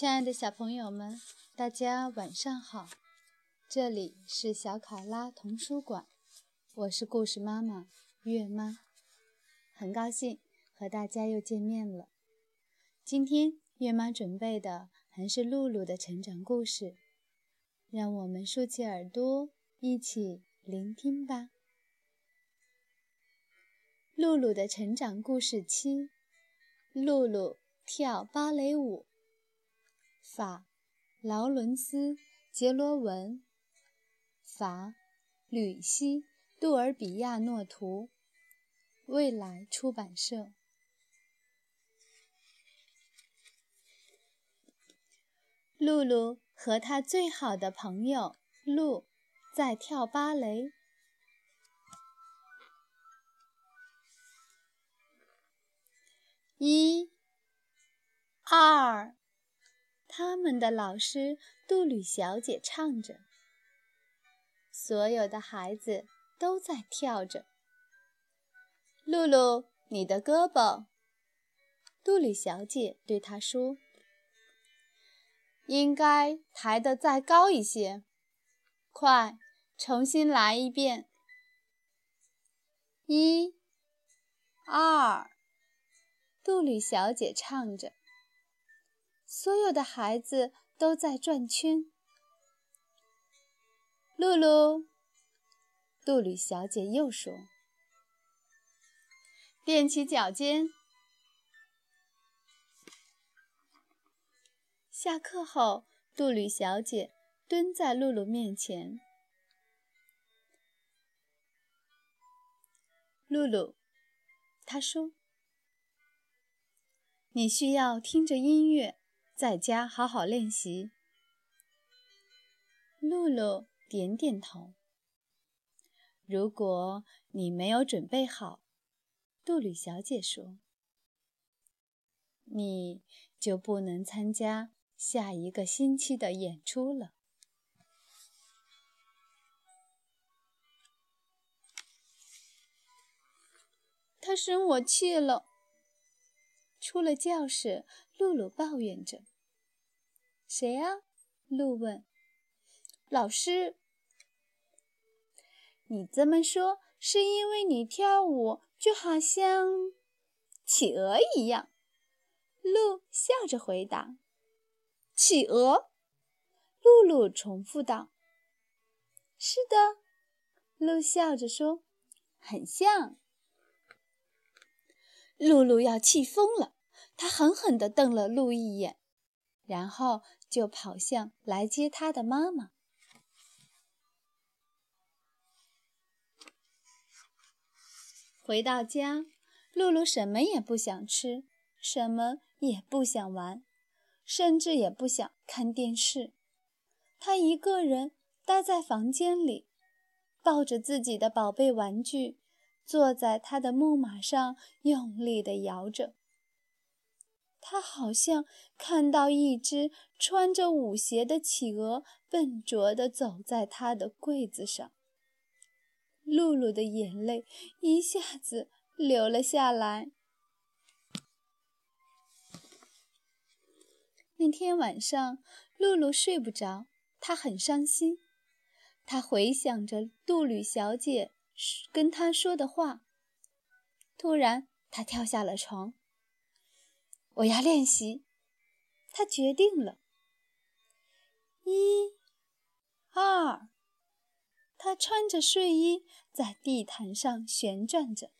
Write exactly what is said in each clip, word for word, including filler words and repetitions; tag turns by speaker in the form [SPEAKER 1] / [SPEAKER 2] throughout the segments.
[SPEAKER 1] 亲爱的小朋友们，大家晚上好！这里是小考拉童书馆，我是故事妈妈月妈，很高兴和大家又见面了。今天月妈准备的还是露露的成长故事，让我们竖起耳朵，一起聆听吧。露露的成长故事七：露露跳芭蕾舞。法劳伦斯·杰罗文，法吕西·杜尔比亚诺图，未来出版社。露露和她最好的朋友露在跳芭蕾。一、二。他们的老师杜吕小姐唱着，所有的孩子都在跳着。露露，你的胳膊，杜吕小姐对她说，应该抬得再高一些。快，重新来一遍。一、二，杜吕小姐唱着。所有的孩子都在转圈。露露，杜吕小姐又说，踮起脚尖。下课后，杜吕小姐蹲在露露面前。露露，她说，你需要听着音乐，在家好好练习。露露点点头。如果你没有准备好，杜吕小姐说，你就不能参加下一个星期的演出了。她生我气了。出了教室，露露抱怨着。谁啊？露问。老师。你这么说是因为你跳舞就好像企鹅一样。露笑着回答。企鹅？露露重复道。是的，露笑着说，很像。露露要气疯了，她狠狠地瞪了露一眼，然后就跑向来接她的妈妈。回到家，露露什么也不想吃，什么也不想玩，甚至也不想看电视。她一个人待在房间里，抱着自己的宝贝玩具，坐在她的木马上，用力地摇着。她好像看到一只穿着舞鞋的企鹅笨拙地走在她的柜子上。露露的眼泪一下子流了下来。那天晚上，露露睡不着，她很伤心。她回想着杜吕小姐跟她说的话。突然，她跳下了床。我要练习，她决定了。一、二。她穿着睡衣在地毯上旋转着。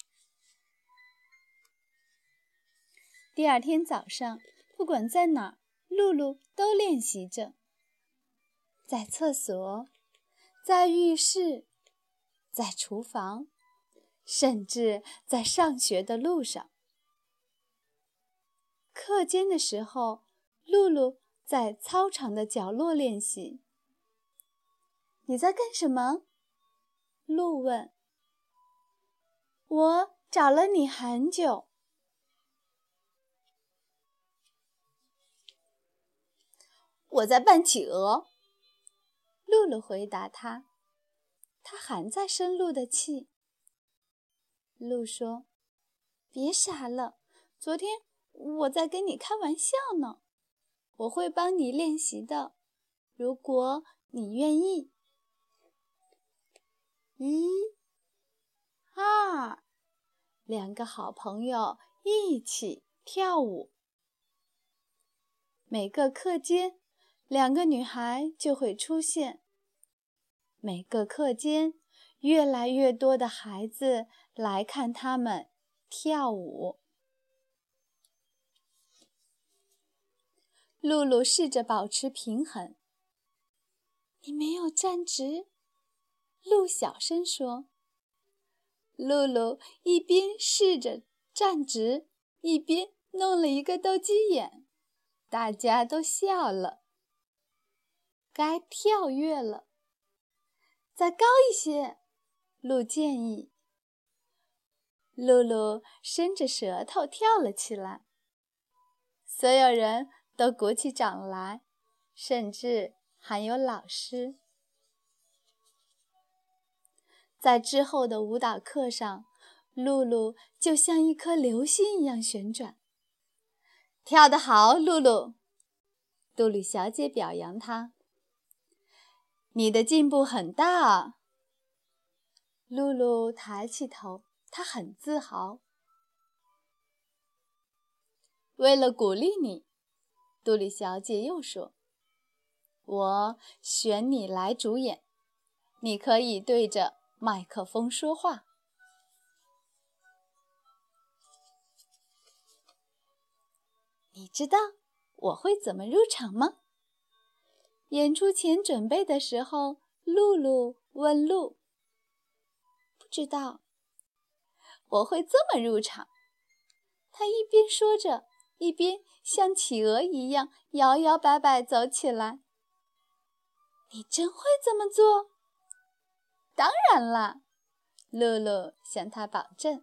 [SPEAKER 1] 第二天早上，不管在哪儿，露露都练习着。在厕所，在浴室，在厨房，甚至在上学的路上。课间的时候，露露在操场的角落练习。你在干什么？露问。我找了你很久。我在扮企鹅。露露回答他。他还在生露的气。露说，别傻了，昨天我在跟你开玩笑呢。 我会帮你练习的，如果你愿意。一、二，两个好朋友一起跳舞。每个课间，两个女孩就会出现。每个课间，越来越多的孩子来看她们跳舞。露露试着保持平衡。你没有站直，鹿小声说。露露一边试着站直，一边弄了一个斗鸡眼，大家都笑了。该跳跃了，再高一些，鹿建议。露露伸着舌头跳了起来，所有人都鼓起掌来，甚至还有老师。在之后的舞蹈课上，露露就像一颗流星一样旋转。跳得好，露露！杜吕小姐表扬她。你的进步很大。露露抬起头，她很自豪。为了鼓励你，杜吕小姐又说，我选你来主演，你可以对着麦克风说话。你知道我会怎么入场吗？演出前准备的时候，露露问鹿。不知道。我会这么入场。他一边说着，一边像企鹅一样摇摇摆摆走起来。你真会这么做？当然啦，露露向他保证。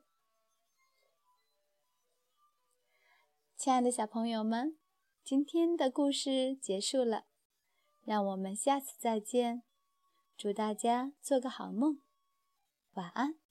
[SPEAKER 1] 亲爱的小朋友们，今天的故事结束了，让我们下次再见。祝大家做个好梦，晚安。